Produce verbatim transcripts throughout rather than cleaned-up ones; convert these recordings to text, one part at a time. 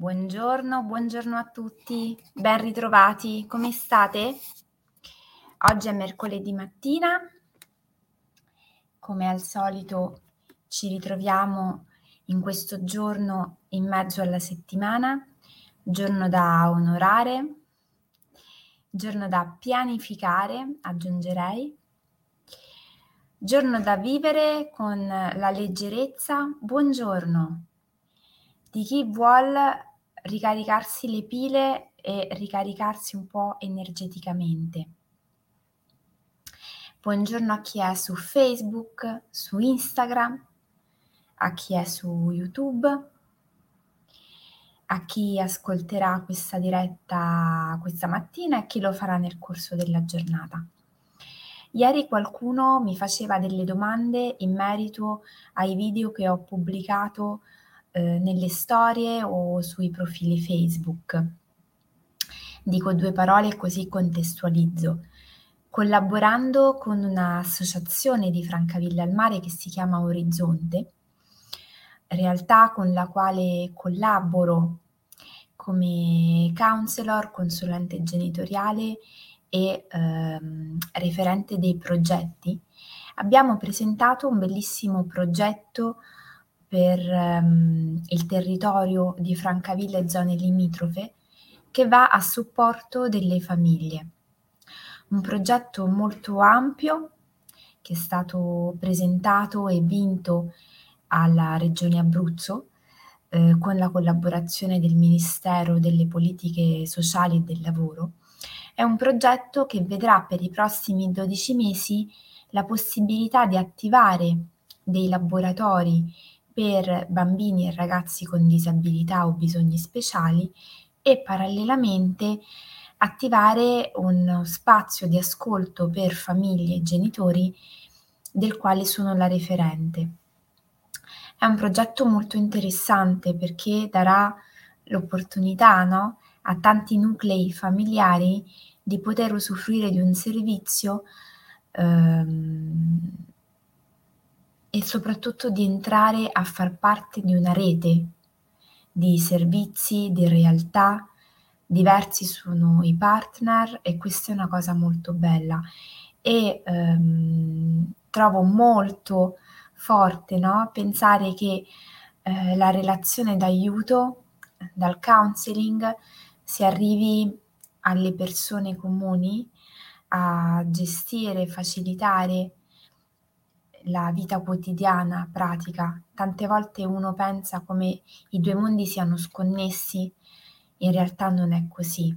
Buongiorno, buongiorno a tutti, ben ritrovati, come state? Oggi è mercoledì mattina, come al solito ci ritroviamo in questo giorno in mezzo alla settimana, giorno da onorare, giorno da pianificare, aggiungerei, giorno da vivere con la leggerezza, buongiorno, di chi vuol ricaricarsi le pile e ricaricarsi un po' energeticamente. Buongiorno a chi è su Facebook, su Instagram, a chi è su YouTube, a chi ascolterà questa diretta questa mattina e a chi lo farà nel corso della giornata. Ieri qualcuno mi faceva delle domande in merito ai video che ho pubblicato eh, nelle storie o sui profili Facebook. Dico due parole così contestualizzo. Collaborando con un'associazione di Francavilla al Mare che si chiama Orizzonte, realtà con la quale collaboro come counselor, consulente genitoriale e ehm, referente dei progetti, abbiamo presentato un bellissimo progetto per ehm, il territorio di Francavilla e zone limitrofe che va a supporto delle famiglie. Un progetto molto ampio che è stato presentato e vinto alla Regione Abruzzo eh, con la collaborazione del Ministero delle Politiche Sociali e del Lavoro. È un progetto che vedrà per i prossimi dodici mesi la possibilità di attivare dei laboratori per bambini e ragazzi con disabilità o bisogni speciali e parallelamente attivare uno spazio di ascolto per famiglie e genitori del quale sono la referente. È un progetto molto interessante perché darà l'opportunità, no, a tanti nuclei familiari di poter usufruire di un servizio ehm, e soprattutto di entrare a far parte di una rete di servizi, di realtà. Diversi sono i partner e questa è una cosa molto bella e ehm, trovo molto forte, no, pensare che eh, la relazione d'aiuto dal counseling si arrivi alle persone comuni a gestire, facilitare la vita quotidiana, pratica. Tante volte uno pensa come i due mondi siano sconnessi, in realtà non è così.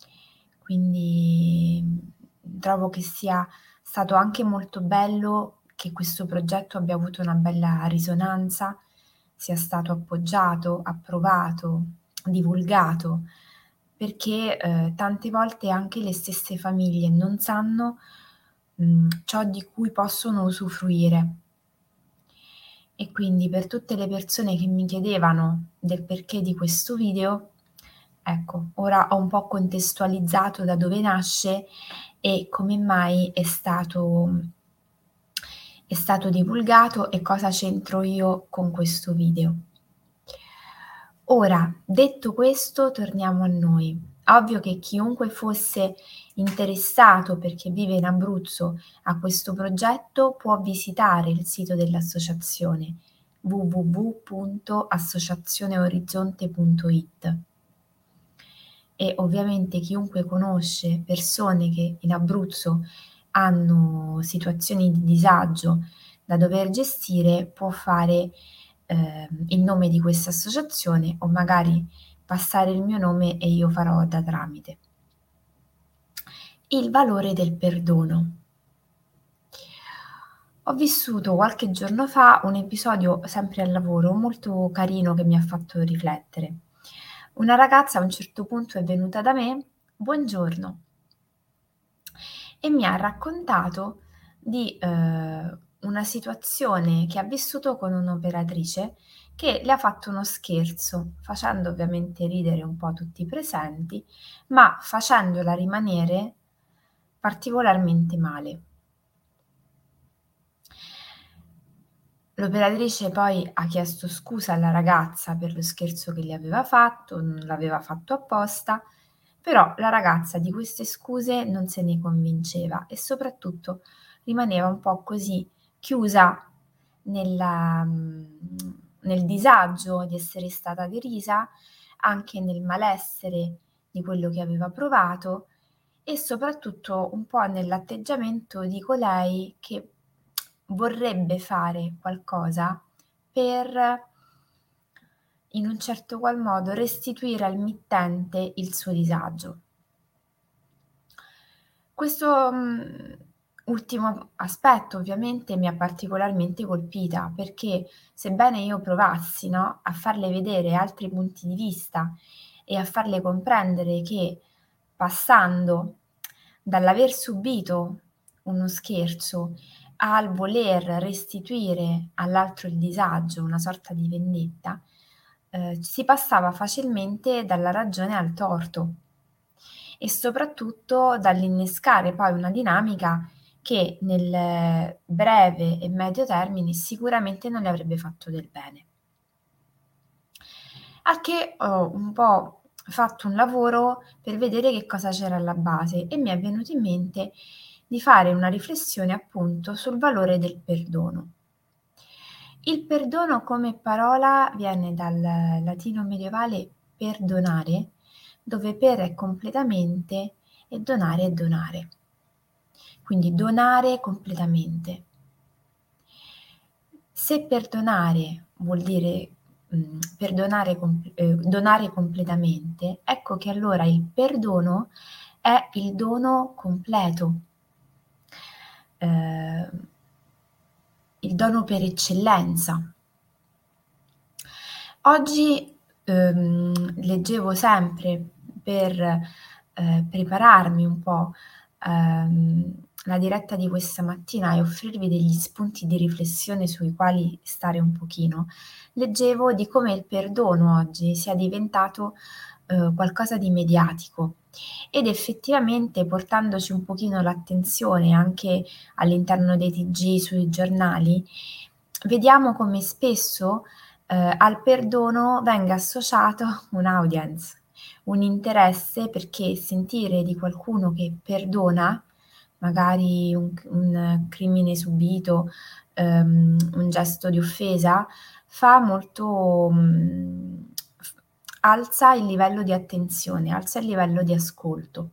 Quindi trovo che sia stato anche molto bello che questo progetto abbia avuto una bella risonanza, sia stato appoggiato, approvato, divulgato, perché eh, tante volte anche le stesse famiglie non sanno mh, ciò di cui possono usufruire. E quindi per tutte le persone che mi chiedevano del perché di questo video, ecco, ora ho un po' contestualizzato da dove nasce e come mai è stato, è stato divulgato e cosa c'entro io con questo video. Ora, detto questo, torniamo a noi. Ovvio che chiunque fosse interessato perché vive in Abruzzo a questo progetto può visitare il sito dell'associazione w w w punto associazioneorizzonte punto i t e ovviamente chiunque conosce persone che in Abruzzo hanno situazioni di disagio da dover gestire può fare eh, il nome di questa associazione o magari passare il mio nome e io farò da tramite. Il valore del perdono. Ho vissuto qualche giorno fa un episodio sempre al lavoro molto carino che mi ha fatto riflettere. Una ragazza a un certo punto è venuta da me, buongiorno, e mi ha raccontato di eh, una situazione che ha vissuto con un'operatrice che le ha fatto uno scherzo, facendo ovviamente ridere un po' tutti i presenti, ma facendola rimanere particolarmente male. L'operatrice poi ha chiesto scusa alla ragazza per lo scherzo che le aveva fatto, non l'aveva fatto apposta, però la ragazza di queste scuse non se ne convinceva e soprattutto rimaneva un po' così chiusa nella mhmm, nel disagio di essere stata derisa, anche nel malessere di quello che aveva provato e soprattutto un po' nell'atteggiamento di colei che vorrebbe fare qualcosa per, in un certo qual modo, restituire al mittente il suo disagio. Questo, mhmm, ultimo aspetto ovviamente mi ha particolarmente colpita, perché sebbene io provassi, no, a farle vedere altri punti di vista e a farle comprendere che passando dall'aver subito uno scherzo al voler restituire all'altro il disagio, una sorta di vendetta, ehm, si passava facilmente dalla ragione al torto e soprattutto dall'innescare poi una dinamica che nel breve e medio termine sicuramente non le avrebbe fatto del bene. Al che ho un po' fatto un lavoro per vedere che cosa c'era alla base e mi è venuto in mente di fare una riflessione appunto sul valore del perdono. Il perdono come parola viene dal latino medievale perdonare, dove per è completamente e donare è donare. Quindi donare completamente. Se perdonare vuol dire, mhmm, perdonare comp ehm, donare completamente, ecco che allora il perdono è il dono completo. Ehm, il dono per eccellenza. Oggi, uhm, leggevo sempre per, ehm, prepararmi un po', ehm, la diretta di questa mattina e offrirvi degli spunti di riflessione sui quali stare un pochino, leggevo di come il perdono oggi sia diventato, uhm, qualcosa di mediatico ed effettivamente portandoci un pochino l'attenzione anche all'interno dei T G, sui giornali, vediamo come spesso, ehm, al perdono venga associato un'audience, un interesse perché sentire di qualcuno che perdona, magari un c un crimine subito, ehm, un gesto di offesa, fa molto mhmm, f alza il livello di attenzione, alza il livello di ascolto.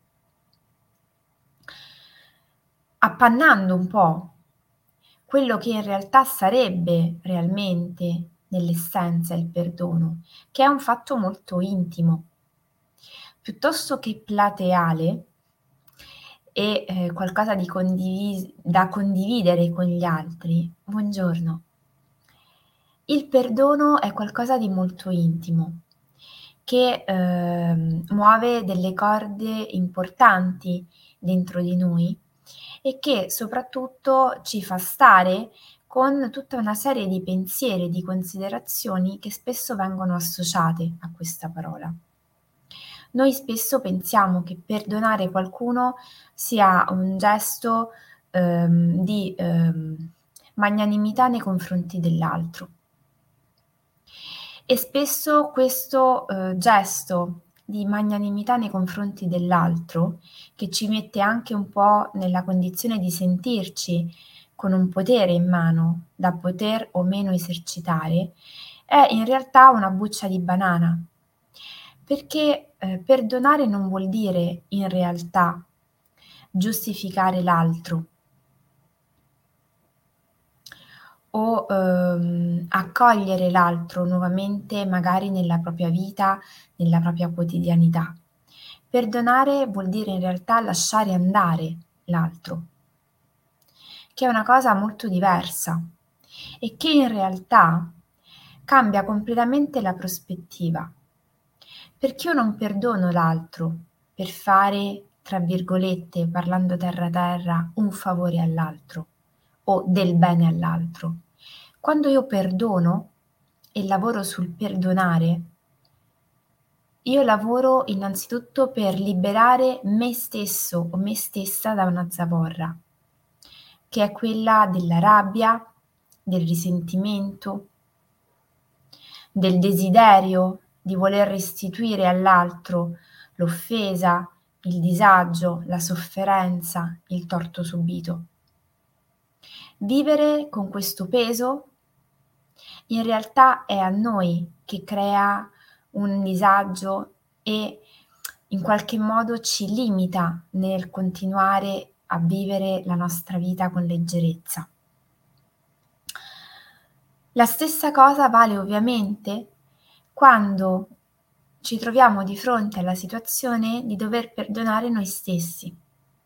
Appannando un po' quello che in realtà sarebbe realmente, nell'essenza, il perdono, che è un fatto molto intimo. Piuttosto che plateale e, ehm, qualcosa di condivis da condividere con gli altri, buongiorno. Il perdono è qualcosa di molto intimo, che, ehm, muove delle corde importanti dentro di noi e che soprattutto ci fa stare con tutta una serie di pensieri e di considerazioni che spesso vengono associate a questa parola. Noi spesso pensiamo che perdonare qualcuno sia un gesto, ehm, di, ehm, magnanimità nei confronti dell'altro. E spesso questo, uhm, gesto di magnanimità nei confronti dell'altro, che ci mette anche un po' nella condizione di sentirci con un potere in mano da poter o meno esercitare, è in realtà una buccia di banana. Perché, ehm, perdonare non vuol dire in realtà giustificare l'altro o, uhm, accogliere l'altro nuovamente magari nella propria vita, nella propria quotidianità. Perdonare vuol dire in realtà lasciare andare l'altro, che è una cosa molto diversa e che in realtà cambia completamente la prospettiva. Perché io non perdono l'altro per fare, tra virgolette, parlando terra terra, un favore all'altro o del bene all'altro. Quando io perdono e lavoro sul perdonare, io lavoro innanzitutto per liberare me stesso o me stessa da una zavorra, che è quella della rabbia, del risentimento, del desiderio di voler restituire all'altro l'offesa, il disagio, la sofferenza, il torto subito. Vivere con questo peso in realtà è a noi che crea un disagio e in qualche modo ci limita nel continuare a vivere la nostra vita con leggerezza. La stessa cosa vale ovviamente quando ci troviamo di fronte alla situazione di dover perdonare noi stessi,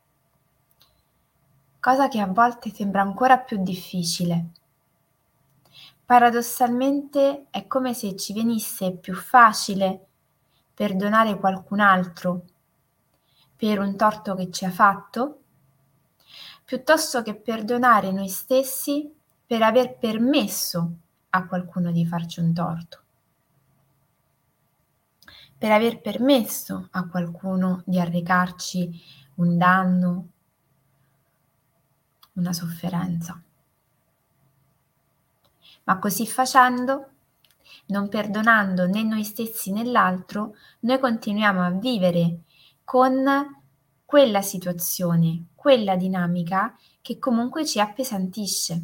cosa che a volte sembra ancora più difficile. Paradossalmente è come se ci venisse più facile perdonare qualcun altro per un torto che ci ha fatto, piuttosto che perdonare noi stessi per aver permesso a qualcuno di farci un torto, per aver permesso a qualcuno di arrecarci un danno, una sofferenza. Ma così facendo, non perdonando né noi stessi né l'altro, noi continuiamo a vivere con quella situazione, quella dinamica che comunque ci appesantisce.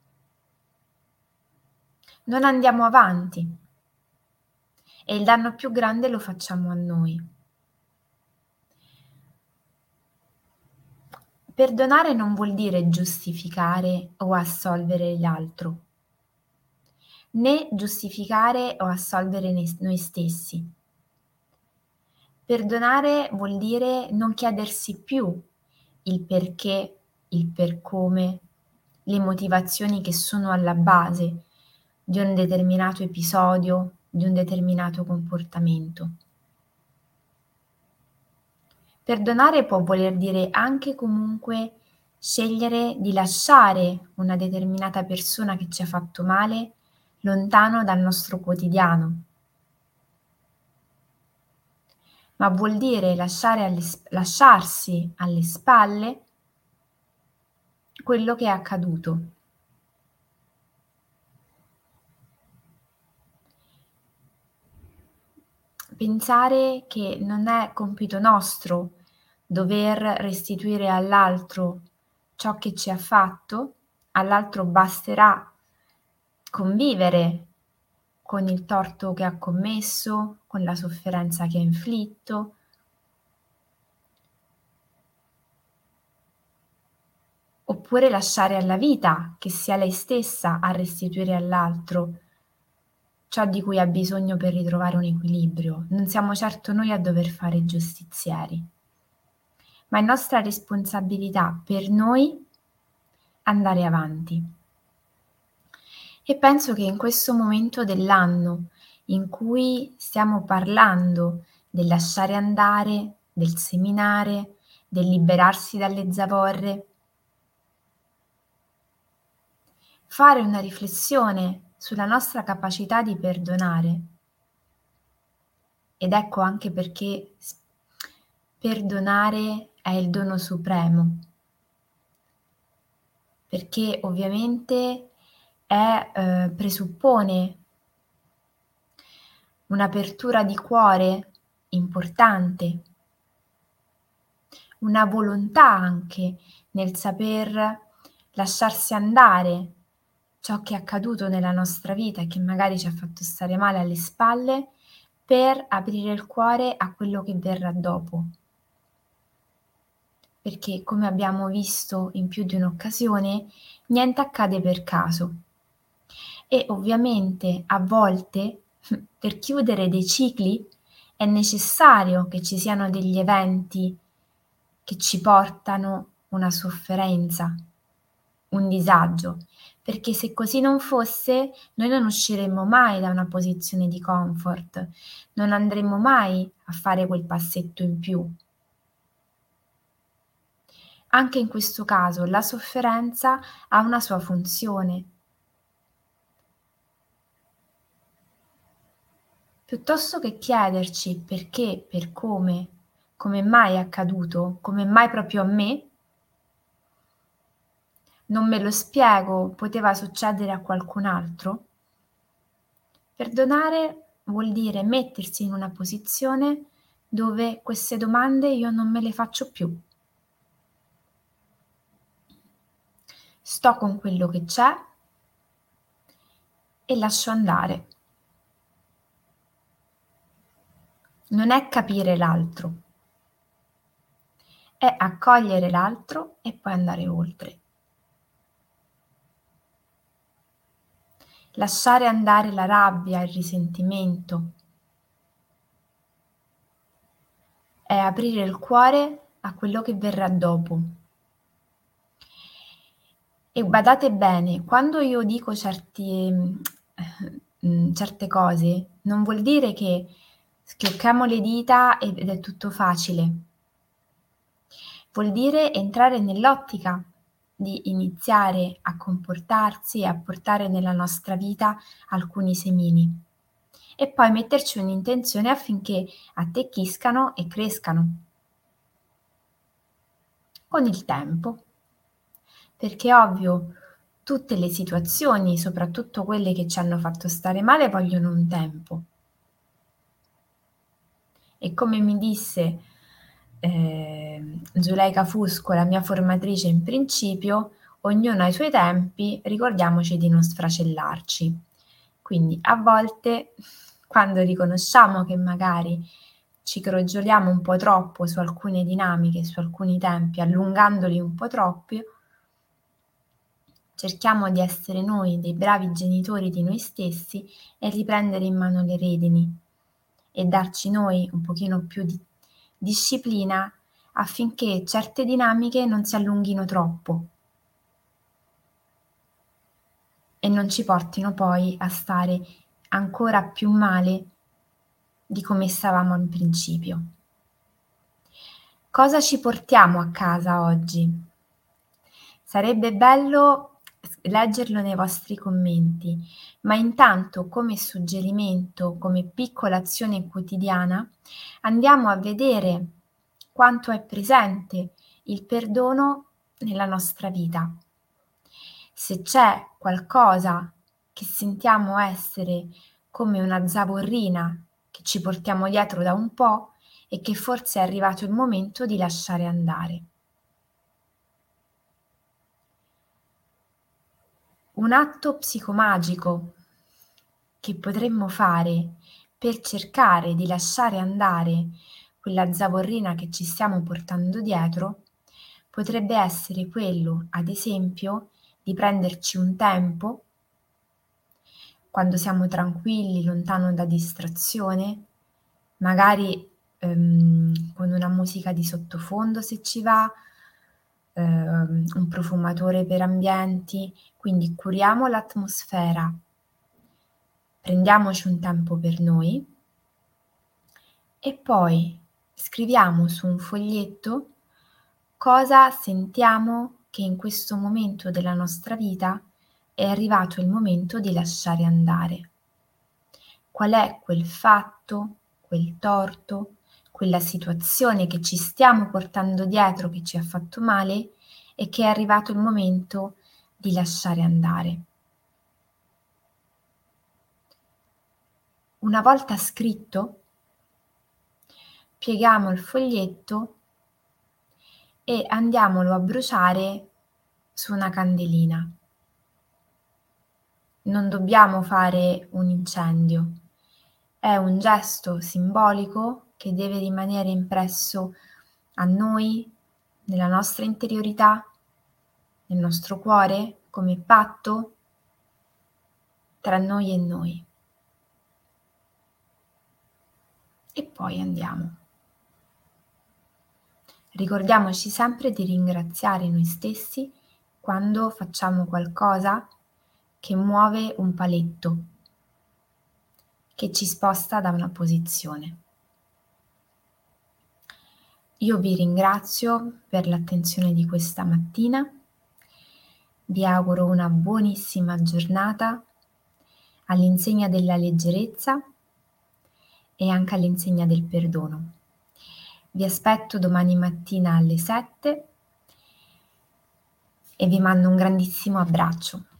Non andiamo avanti e il danno più grande lo facciamo a noi. Perdonare non vuol dire giustificare o assolvere l'altro, né giustificare o assolvere noi stessi. Perdonare vuol dire non chiedersi più il perché, il per come, le motivazioni che sono alla base di un determinato episodio, di un determinato comportamento. Perdonare può voler dire anche comunque scegliere di lasciare una determinata persona che ci ha fatto male lontano dal nostro quotidiano. Ma vuol dire lasciare alle, lasciarsi alle spalle quello che è accaduto. Pensare che non è compito nostro dover restituire all'altro ciò che ci ha fatto, all'altro basterà convivere con il torto che ha commesso, con la sofferenza che ha inflitto. Oppure lasciare alla vita che sia lei stessa a restituire all'altro ciò di cui ha bisogno per ritrovare un equilibrio. Non siamo certo noi a dover fare i giustizieri, ma è nostra responsabilità per noi andare avanti. E penso che in questo momento dell'anno in cui stiamo parlando del lasciare andare, del seminare, del liberarsi dalle zavorre, fare una riflessione sulla nostra capacità di perdonare. Ed ecco anche perché perdonare è il dono supremo, perché ovviamente è, eh, presuppone un'apertura di cuore importante, una volontà anche nel saper lasciarsi andare ciò che è accaduto nella nostra vita e che magari ci ha fatto stare male alle spalle, per aprire il cuore a quello che verrà dopo. Perché, come abbiamo visto in più di un'occasione, niente accade per caso. E ovviamente a volte, per chiudere dei cicli, è necessario che ci siano degli eventi che ci portano una sofferenza, un disagio, perché se così non fosse, noi non usciremmo mai da una posizione di comfort, non andremmo mai a fare quel passetto in più. Anche in questo caso la sofferenza ha una sua funzione. Piuttosto che chiederci perché, per come, come mai è accaduto, come mai proprio a me, Non me lo spiego, poteva succedere a qualcun altro? Perdonare vuol dire mettersi in una posizione dove queste domande io non me le faccio più. Sto con quello che c'è e lascio andare. Non è capire l'altro, è accogliere l'altro e poi andare oltre. Lasciare andare la rabbia, il risentimento, è aprire il cuore a quello che verrà dopo. E badate bene, quando io dico certi mhmm, certe cose, non vuol dire che schiocchiamo le dita ed ed è tutto facile. Vuol dire entrare nell'ottica di iniziare a comportarsi e a portare nella nostra vita alcuni semini e poi metterci un'intenzione affinché attecchiscano e crescano con il tempo. Perché ovvio, tutte le situazioni, soprattutto quelle che ci hanno fatto stare male, vogliono un tempo. E come mi disse, ehm, Zuleika Fusco, la mia formatrice in principio, ognuno ha i suoi tempi, ricordiamoci di non sfracellarci. Quindi a volte, quando riconosciamo che magari ci crogioliamo un po' troppo su alcune dinamiche, su alcuni tempi, allungandoli un po' troppi, cerchiamo di essere noi dei bravi genitori di noi stessi e riprendere in mano le redini e darci noi un pochino più di disciplina affinché certe dinamiche non si allunghino troppo e non ci portino poi a stare ancora più male di come stavamo in principio. Cosa ci portiamo a casa oggi? Sarebbe bello s leggerlo nei vostri commenti, ma intanto come suggerimento, come piccola azione quotidiana, andiamo a vedere quanto è presente il perdono nella nostra vita. Se c'è qualcosa che sentiamo essere come una zavorrina che ci portiamo dietro da un po' e che forse è arrivato il momento di lasciare andare. Un atto psicomagico che potremmo fare per cercare di lasciare andare quella zavorrina che ci stiamo portando dietro, potrebbe essere quello, ad esempio, di prenderci un tempo, quando siamo tranquilli, lontano da distrazione, magari, ehm, con una musica di sottofondo se ci va, ehm, un profumatore per ambienti, quindi curiamo l'atmosfera, prendiamoci un tempo per noi e poi scriviamo su un foglietto cosa sentiamo che in questo momento della nostra vita è arrivato il momento di lasciare andare. Qual è quel fatto, quel torto, quella situazione che ci stiamo portando dietro, che ci ha fatto male e che è arrivato il momento di lasciare andare. Una volta scritto, pieghiamo il foglietto e andiamolo a bruciare su una candelina. Non dobbiamo fare un incendio, è un gesto simbolico che deve rimanere impresso a noi, nella nostra interiorità, nel nostro cuore, come patto tra noi e noi. E poi andiamo. Ricordiamoci sempre di ringraziare noi stessi quando facciamo qualcosa che muove un paletto, che ci sposta da una posizione. Io vi ringrazio per l'attenzione di questa mattina, vi auguro una buonissima giornata all'insegna della leggerezza e anche all'insegna del perdono. Vi aspetto domani mattina alle sette e vi mando un grandissimo abbraccio.